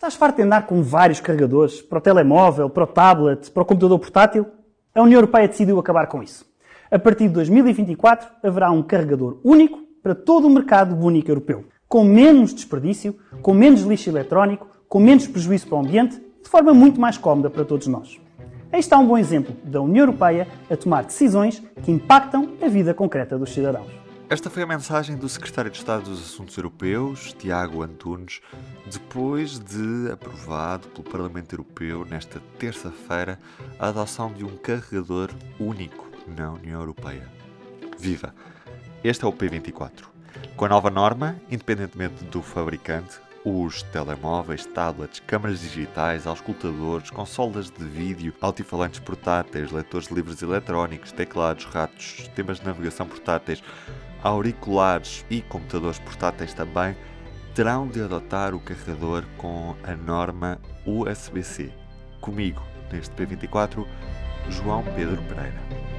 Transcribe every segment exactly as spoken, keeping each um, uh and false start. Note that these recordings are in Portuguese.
Estás farto de andar com vários carregadores para o telemóvel, para o tablet, para o computador portátil? A União Europeia decidiu acabar com isso. A partir de dois mil e vinte e quatro haverá um carregador único para todo o mercado único europeu, com menos desperdício, com menos lixo eletrónico, com menos prejuízo para o ambiente, de forma muito mais cómoda para todos nós. Aí está um bom exemplo da União Europeia a tomar decisões que impactam a vida concreta dos cidadãos. Esta foi a mensagem do Secretário de Estado dos Assuntos Europeus, Tiago Antunes, depois de aprovado pelo Parlamento Europeu, nesta terça-feira, a adoção de um carregador único na União Europeia. Viva! Este é o P vinte e quatro. Com a nova norma, independentemente do fabricante, os telemóveis, tablets, câmaras digitais, auscultadores, consolas de vídeo, altifalantes portáteis, leitores de livros eletrónicos, teclados, ratos, sistemas de navegação portáteis, auriculares e computadores portáteis também, terão de adotar o carregador com a norma U S B-C. Comigo, neste P vinte e quatro, João Pedro Pereira.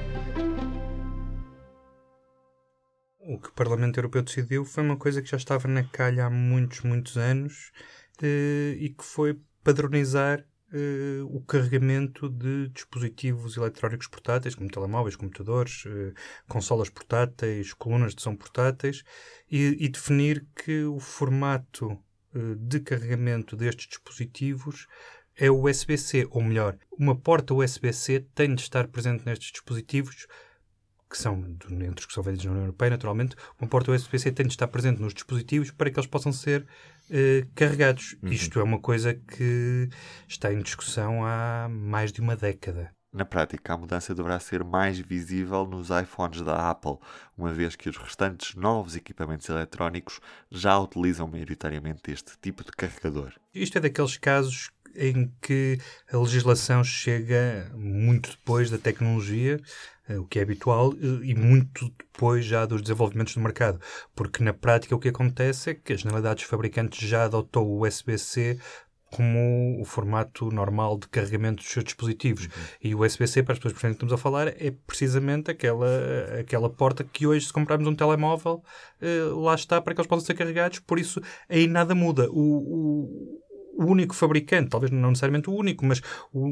O que o Parlamento Europeu decidiu foi uma coisa que já estava na calha há muitos, muitos anos eh, e que foi padronizar eh, o carregamento de dispositivos eletrónicos portáteis, como telemóveis, computadores, eh, consolas portáteis, colunas de som portáteis, e, e definir que o formato eh, de carregamento destes dispositivos é o U S B-C, ou melhor, uma porta U S B-C tem de estar presente nestes dispositivos, que são entre os que são vendidos na União Europeia, naturalmente. Uma porta U S B-C tem de estar presente nos dispositivos para que eles possam ser eh, carregados. Uhum. Isto é uma coisa que está em discussão há mais de uma década. Na prática, a mudança deverá ser mais visível nos iPhones da Apple, uma vez que os restantes novos equipamentos eletrónicos já utilizam maioritariamente este tipo de carregador. Isto é daqueles casos em que a legislação chega muito depois da tecnologia, o que é habitual, e muito depois já dos desenvolvimentos do mercado. Porque na prática o que acontece é que a generalidade dos fabricantes já adotou o U S B-C como o formato normal de carregamento dos seus dispositivos. Uhum. E o U S B-C, para as pessoas que estamos a falar, é precisamente aquela, aquela porta que hoje, se comprarmos um telemóvel, eh, lá está para que eles possam ser carregados. Por isso, aí nada muda. O... o O único fabricante, talvez não necessariamente o único, mas o,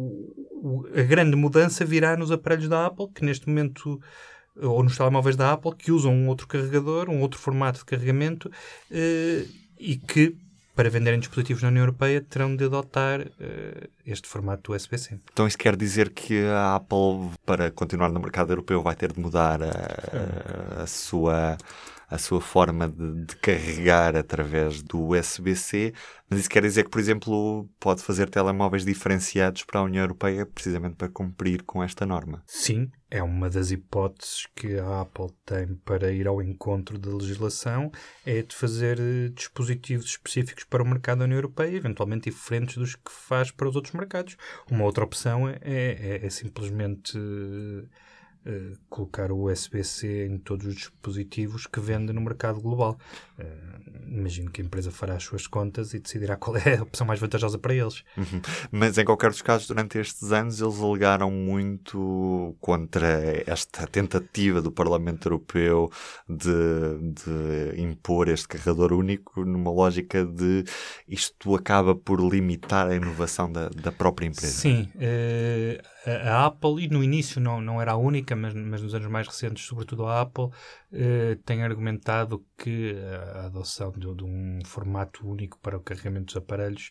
o, a grande mudança virá nos aparelhos da Apple, que neste momento, ou nos telemóveis da Apple, que usam um outro carregador, um outro formato de carregamento, eh, e que, para venderem dispositivos na União Europeia, terão de adotar eh, este formato U S B-C. Então isso quer dizer que a Apple, para continuar no mercado europeu, vai ter de mudar a, a sua... a sua forma de, de carregar através do U S B-C, mas isso quer dizer que, por exemplo, pode fazer telemóveis diferenciados para a União Europeia precisamente para cumprir com esta norma. Sim, é uma das hipóteses que a Apple tem para ir ao encontro da legislação, é de fazer uh, dispositivos específicos para o mercado da União Europeia, eventualmente diferentes dos que faz para os outros mercados. Uma outra opção é, é, é simplesmente... Uh, Uh, colocar o U S B-C em todos os dispositivos que vendem no mercado global. Uh, imagino que a empresa fará as suas contas e decidirá qual é a opção mais vantajosa para eles. Uhum. Mas em qualquer dos casos, durante estes anos, eles alegaram muito contra esta tentativa do Parlamento Europeu de, de impor este carregador único numa lógica de isto acaba por limitar a inovação da, da própria empresa. Sim, uh, a, a Apple, e no início não, não era a única, Mas, mas nos anos mais recentes, sobretudo a Apple, eh, tem argumentado que a adoção de, de um formato único para o carregamento dos aparelhos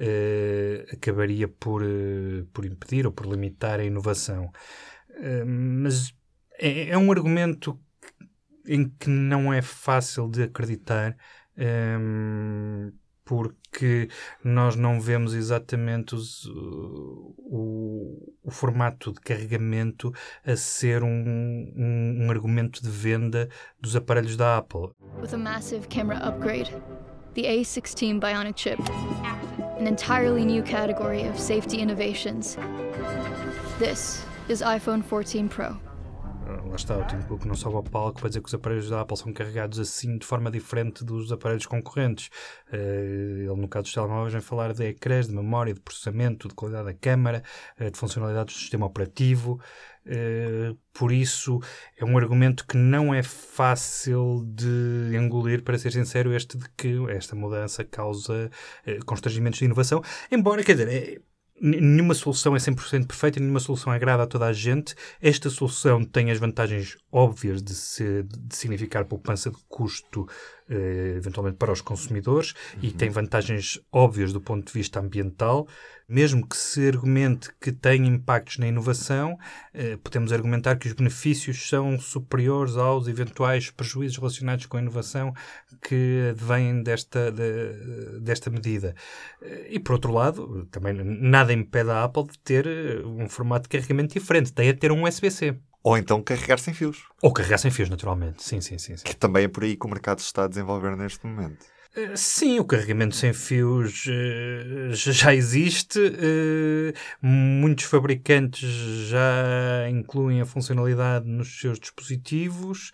eh, acabaria por, eh, por impedir ou por limitar a inovação. Eh, mas é, é um argumento em que não é fácil de acreditar, eh, porque nós não vemos exatamente os, o, o formato de carregamento a ser um, um, um argumento de venda dos aparelhos da Apple. With a massive camera upgrade, the A sixteen Bionic chip, an entirely new category of safety innovations. This is iPhone fourteen Pro. lá está, o Tim Cook não sobe ao palco para dizer que os aparelhos da Apple são carregados assim de forma diferente dos aparelhos concorrentes. Ele, no caso dos telemóveis, vem falar de ecrãs, de memória, de processamento, de qualidade da câmara, de funcionalidades do sistema operativo. Por isso, é um argumento que não é fácil de engolir, para ser sincero, este de que esta mudança causa constrangimentos de inovação. Embora, quer dizer... É, nenhuma solução é cem por cento perfeita, nenhuma solução agrada a toda a gente. Esta solução tem as vantagens óbvias de, ser, de significar poupança de custo, eh, eventualmente para os consumidores, uhum. e tem vantagens óbvias do ponto de vista ambiental. Mesmo que se argumente que tem impactos na inovação, eh, podemos argumentar que os benefícios são superiores aos eventuais prejuízos relacionados com a inovação que advêm desta, de, desta medida. E, por outro lado, também nada impede a Apple de ter um formato de carregamento diferente. Tem a ter um U S B C. Ou então carregar sem fios. Ou carregar sem fios, naturalmente. Sim, sim, sim, sim. Que também é por aí que o mercado se está a desenvolver neste momento. Uh, sim, o carregamento sem fios uh, já existe. Uh, muitos fabricantes já incluem a funcionalidade nos seus dispositivos.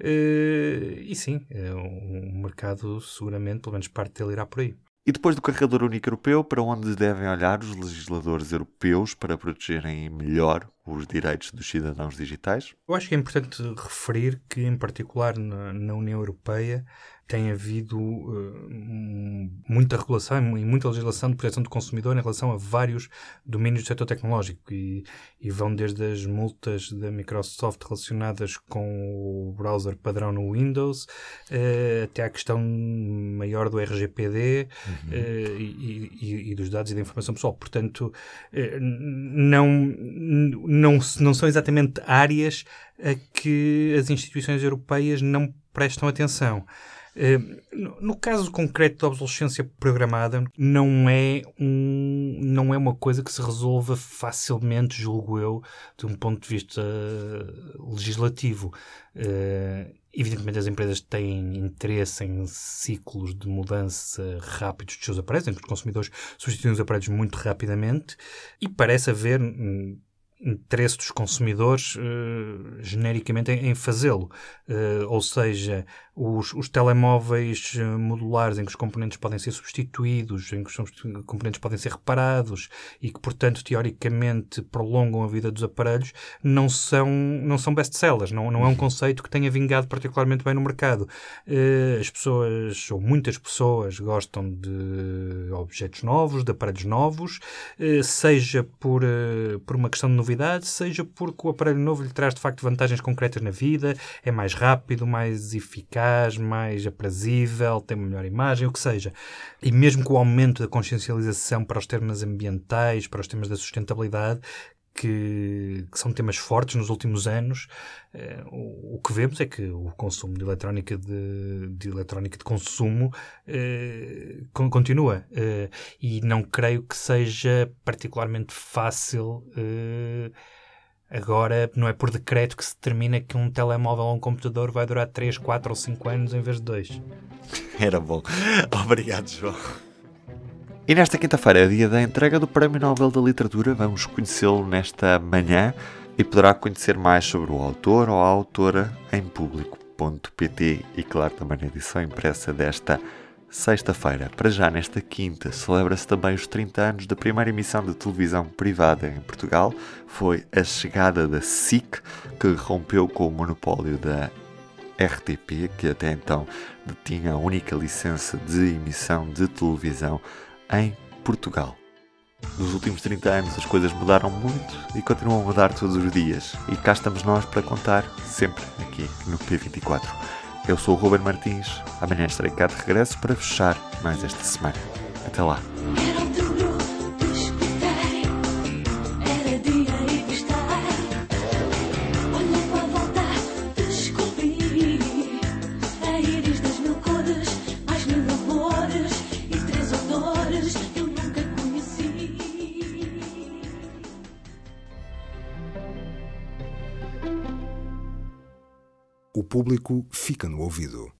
Uh, e sim, é um mercado, seguramente, pelo menos parte dele irá por aí. E depois do carregador único europeu, para onde devem olhar os legisladores europeus para protegerem melhor os direitos dos cidadãos digitais? Eu acho que é importante referir que, em particular na, na União Europeia, tem havido uh, muita regulação e muita legislação de proteção do consumidor em relação a vários domínios do setor tecnológico e, e vão desde as multas da Microsoft relacionadas com o browser padrão no Windows uh, até à questão maior do R G P D uhum. uh, e, e, e dos dados e da informação pessoal. Portanto, uh, não, não, não são exatamente áreas a que as instituições europeias não prestam atenção. Uh, no caso concreto da obsolescência programada, não é, um, não é uma coisa que se resolva facilmente, julgo eu, de um ponto de vista legislativo. Uh, evidentemente as empresas têm interesse em ciclos de mudança rápidos dos seus aparelhos, em que os consumidores substituem os aparelhos muito rapidamente, e parece haver um, interesse dos consumidores uh, genericamente em, em fazê-lo. Uh, ou seja, os, os telemóveis uh, modulares em que os componentes podem ser substituídos, em que os componentes podem ser reparados e que, portanto, teoricamente prolongam a vida dos aparelhos, não são, não são best-sellers. Não, não é um conceito que tenha vingado particularmente bem no mercado. Uh, as pessoas, ou muitas pessoas, gostam de objetos novos, de aparelhos novos, uh, seja por, uh, por uma questão de novidade, seja porque o aparelho novo lhe traz de facto vantagens concretas na vida, é mais rápido, mais eficaz, mais aprazível, tem uma melhor imagem, o que seja. E mesmo com o aumento da consciencialização para os temas ambientais, para os temas da sustentabilidade, que, que são temas fortes nos últimos anos, eh, o, o que vemos é que o consumo de eletrónica de, de, eletrónica de consumo eh, continua. Eh, e não creio que seja particularmente fácil. Eh, agora, não é por decreto que se determina que um telemóvel ou um computador vai durar três, quatro ou cinco anos em vez de dois. Era bom. Obrigado, João. E nesta quinta-feira é dia da entrega do Prémio Nobel da Literatura. Vamos conhecê-lo nesta manhã e poderá conhecer mais sobre o autor ou a autora em público ponto pt e, claro, também na edição impressa desta sexta-feira. Para já, nesta quinta, celebra-se também os trinta anos da primeira emissão de televisão privada em Portugal. Foi a chegada da S I C, que rompeu com o monopólio da R T P, que até então detinha a única licença de emissão de televisão em Portugal. Nos últimos trinta anos as coisas mudaram muito e continuam a mudar todos os dias. E cá estamos nós para contar, sempre aqui no P vinte e quatro. Eu sou o Ruben Martins, amanhã estarei cá de regresso para fechar mais esta semana. Até lá. O público fica no ouvido.